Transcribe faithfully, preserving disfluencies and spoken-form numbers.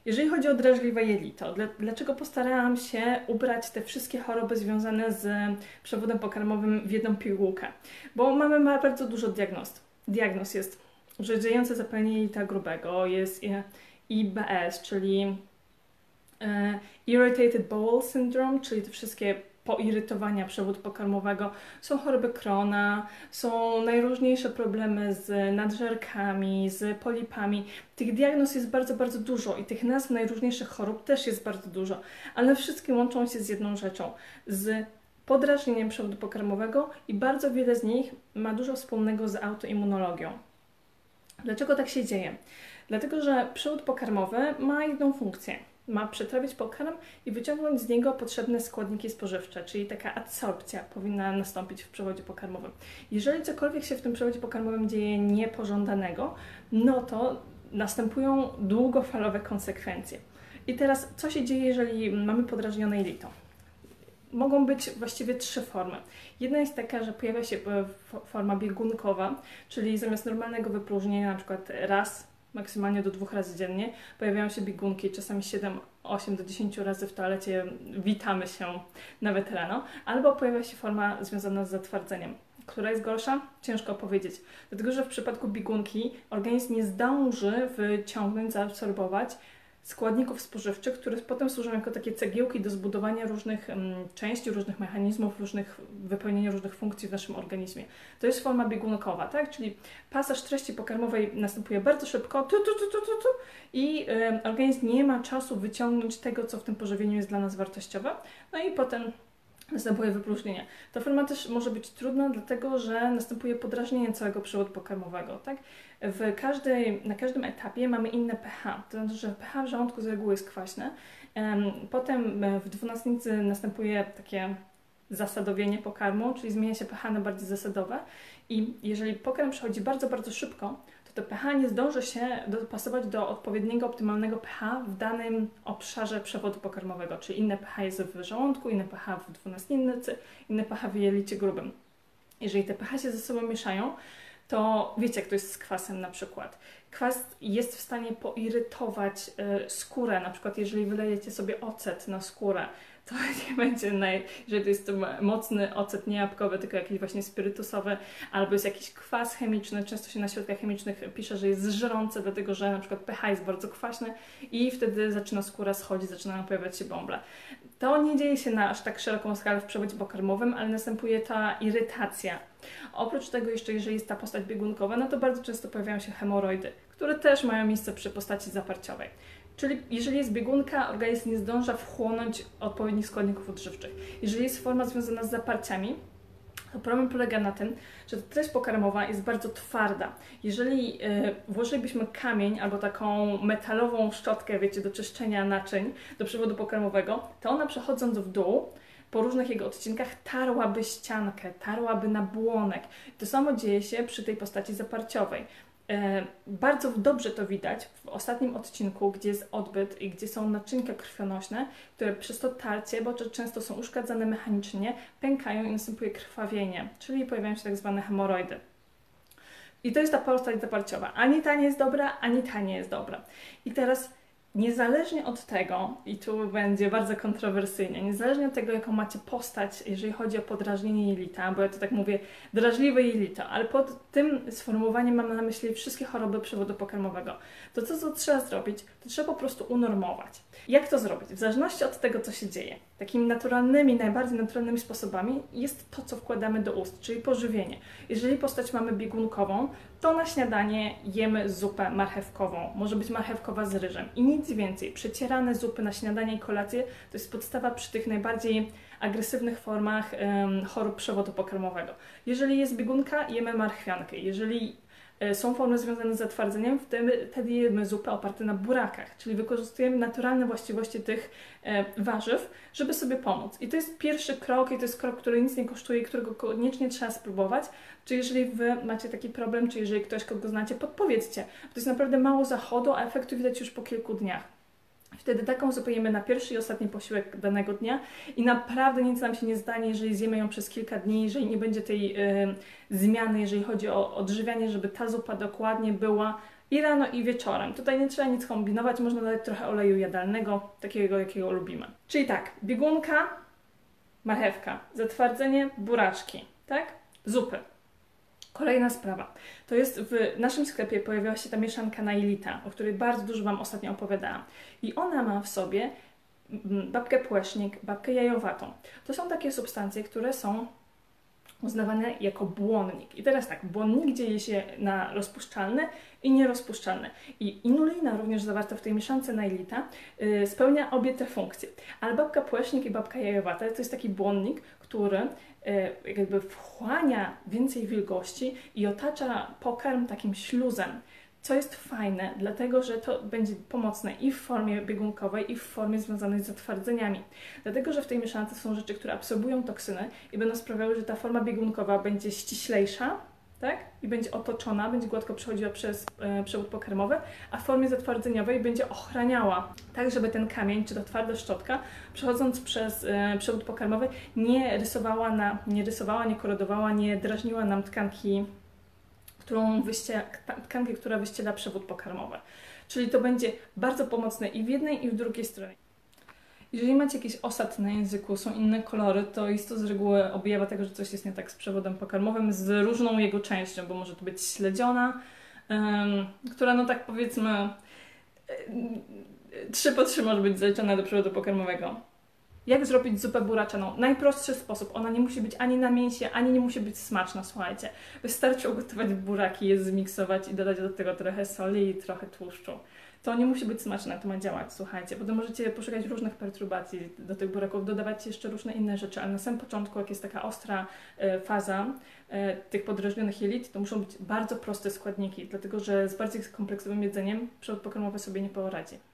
Jeżeli chodzi o drażliwe jelito, dlaczego postarałam się ubrać te wszystkie choroby związane z przewodem pokarmowym w jedną pigułkę? Bo mamy bardzo dużo diagnoz. Diagnoz jest rdzewiejące zapalenie jelita grubego, jest I B S, czyli Irritated Bowel Syndrome, czyli te wszystkie poirytowania przewodu pokarmowego, są choroby Crohna, są najróżniejsze problemy z nadżerkami, z polipami. Tych diagnoz jest bardzo, bardzo dużo i tych nazw najróżniejszych chorób też jest bardzo dużo, ale wszystkie łączą się z jedną rzeczą, z podrażnieniem przewodu pokarmowego i bardzo wiele z nich ma dużo wspólnego z autoimmunologią. Dlaczego tak się dzieje? Dlatego, że przewód pokarmowy ma jedną funkcję. Ma przetrawić pokarm i wyciągnąć z niego potrzebne składniki spożywcze, czyli taka adsorpcja powinna nastąpić w przewodzie pokarmowym. Jeżeli cokolwiek się w tym przewodzie pokarmowym dzieje niepożądanego, no to następują długofalowe konsekwencje. I teraz, co się dzieje, jeżeli mamy podrażnione jelito? Mogą być właściwie trzy formy. Jedna jest taka, że pojawia się forma biegunkowa, czyli zamiast normalnego wypróżnienia, na przykład raz, maksymalnie do dwóch razy dziennie, pojawiają się biegunki, czasami siedem, osiem do dziesięciu razy w toalecie witamy się nawet rano, albo pojawia się forma związana z zatwardzeniem. Która jest gorsza? Ciężko powiedzieć. Dlatego, że w przypadku biegunki organizm nie zdąży wyciągnąć, zaabsorbować składników spożywczych, które potem służą jako takie cegiełki do zbudowania różnych um, części, różnych mechanizmów, różnych, wypełnienia różnych funkcji w naszym organizmie. To jest forma biegunkowa, tak? Czyli pasaż treści pokarmowej następuje bardzo szybko tu, tu, tu, tu, tu, tu, i y, organizm nie ma czasu wyciągnąć tego, co w tym pożywieniu jest dla nas wartościowe, no i potem następuje wypróżnienie. Ta forma też może być trudna, dlatego że następuje podrażnienie całego przewodu pokarmowego. Tak? W każdej, na każdym etapie mamy inne pH. To znaczy, że pH w żołądku z reguły jest kwaśne. Potem w dwunastnicy następuje takie zasadowienie pokarmu, czyli zmienia się pH na bardziej zasadowe. I jeżeli pokarm przechodzi bardzo, bardzo szybko, to pH nie zdąży się dopasować do odpowiedniego, optymalnego pH w danym obszarze przewodu pokarmowego, czyli inne pH jest w żołądku, inne pH w dwunastnicy, inne pH w jelicie grubym. Jeżeli te pH się ze sobą mieszają, to wiecie, jak to jest z kwasem na przykład. Kwas jest w stanie poirytować y, skórę, na przykład jeżeli wylejecie sobie ocet na skórę, to nie będzie, naj... jeżeli to jest to mocny ocet nie jabłkowy, tylko jakiś właśnie spirytusowy, albo jest jakiś kwas chemiczny, często się na środkach chemicznych pisze, że jest żrący, dlatego że na przykład pH jest bardzo kwaśny i wtedy zaczyna skóra schodzić, zaczynają pojawiać się bąble. To nie dzieje się na aż tak szeroką skalę w przewodzie pokarmowym, ale następuje ta irytacja. Oprócz tego jeszcze, jeżeli jest ta postać biegunkowa, no to bardzo często pojawiają się hemoroidy, które też mają miejsce przy postaci zaparciowej. Czyli jeżeli jest biegunka, organizm nie zdąża wchłonąć odpowiednich składników odżywczych. Jeżeli jest forma związana z zaparciami, to problem polega na tym, że ta treść pokarmowa jest bardzo twarda. Jeżeli yy, włożylibyśmy kamień albo taką metalową szczotkę, wiecie, do czyszczenia naczyń, do przewodu pokarmowego, to ona przechodząc w dół, po różnych jego odcinkach tarłaby ściankę, tarłaby nabłonek. To samo dzieje się przy tej postaci zaparciowej. E, bardzo dobrze to widać w ostatnim odcinku, gdzie jest odbyt i gdzie są naczynka krwionośne, które przez to tarcie, bo często są uszkadzane mechanicznie, pękają i następuje krwawienie, czyli pojawiają się tak zwane hemoroidy. I to jest ta postać zaparciowa. Ani ta nie jest dobra, ani ta nie jest dobra. I teraz niezależnie od tego, i tu będzie bardzo kontrowersyjnie, niezależnie od tego, jaką macie postać, jeżeli chodzi o podrażnienie jelita, bo ja to tak mówię, drażliwe jelito, ale pod tym sformułowaniem mam na myśli wszystkie choroby przewodu pokarmowego, to co, co trzeba zrobić, to trzeba po prostu unormować. Jak to zrobić? W zależności od tego, co się dzieje. Takimi naturalnymi, najbardziej naturalnymi sposobami jest to, co wkładamy do ust, czyli pożywienie. Jeżeli postać mamy biegunkową, to na śniadanie jemy zupę marchewkową. Może być marchewkowa z ryżem i nic więcej. Przecierane zupy na śniadanie i kolację to jest podstawa przy tych najbardziej agresywnych formach um, chorób przewodu pokarmowego. Jeżeli jest biegunka, jemy marchwiankę. Jeżeli są formy związane z zatwardzeniem, wtedy, wtedy jemy zupę oparte na burakach, czyli wykorzystujemy naturalne właściwości tych e, warzyw, żeby sobie pomóc. I to jest pierwszy krok i to jest krok, który nic nie kosztuje i którego koniecznie trzeba spróbować. Czy jeżeli Wy macie taki problem, czy jeżeli ktoś, kogo znacie, podpowiedzcie. To jest naprawdę mało zachodu, a efektu widać już po kilku dniach. Wtedy taką zupę jemy na pierwszy i ostatni posiłek danego dnia i naprawdę nic nam się nie stanie, jeżeli zjemy ją przez kilka dni, jeżeli nie będzie tej y, zmiany, jeżeli chodzi o odżywianie, żeby ta zupa dokładnie była I rano, i wieczorem. Tutaj nie trzeba nic kombinować, można dodać trochę oleju jadalnego, takiego jakiego lubimy. Czyli tak, biegunka, marchewka, zatwardzenie, buraczki, tak? Zupy. Kolejna sprawa. To jest w naszym sklepie pojawiła się ta mieszanka Nailita, o której bardzo dużo Wam ostatnio opowiadałam. I ona ma w sobie babkę płecznik, babkę jajowatą. To są takie substancje, które są uznawane jako błonnik. I teraz tak, błonnik dzieje się na rozpuszczalny i nierozpuszczalny. I inulina, również zawarta w tej mieszance Nailita, yy, spełnia obie te funkcje. Ale babka płecznik i babka jajowata to jest taki błonnik, który yy, jakby wchłania więcej wilgoci i otacza pokarm takim śluzem. Co jest fajne, dlatego że to będzie pomocne i w formie biegunkowej, i w formie związanej z zatwardzeniami. Dlatego, że w tej mieszance są rzeczy, które absorbują toksyny i będą sprawiały, że ta forma biegunkowa będzie ściślejsza, tak? I będzie otoczona, będzie gładko przechodziła przez e, przewód pokarmowy, a w formie zatwardzeniowej będzie ochraniała, tak żeby ten kamień, czy ta twarda szczotka, przechodząc przez e, przewód pokarmowy, nie rysowała, na, nie rysowała, nie korodowała, nie drażniła nam tkanki, którą wyściela, tkankę, która wyściela przewód pokarmowy. Czyli to będzie bardzo pomocne i w jednej, i w drugiej stronie. Jeżeli macie jakiś osad na języku, są inne kolory, to jest to z reguły objawa tego, że coś jest nie tak z przewodem pokarmowym, z różną jego częścią, bo może to być śledziona, um, która no tak powiedzmy trzy po trzy może być zaliczona do przewodu pokarmowego. Jak zrobić zupę buraczaną? Najprostszy sposób. Ona nie musi być ani na mięsie, ani nie musi być smaczna, słuchajcie. Wystarczy ugotować buraki, je zmiksować i dodać do tego trochę soli i trochę tłuszczu. To nie musi być smaczne, to ma działać, słuchajcie. Potem możecie poszukać różnych perturbacji do tych buraków, dodawać jeszcze różne inne rzeczy, ale na samym początku, jak jest taka ostra e, faza e, tych podrażnionych jelit, to muszą być bardzo proste składniki, dlatego że z bardziej kompleksowym jedzeniem przewód pokarmowy sobie nie poradzi.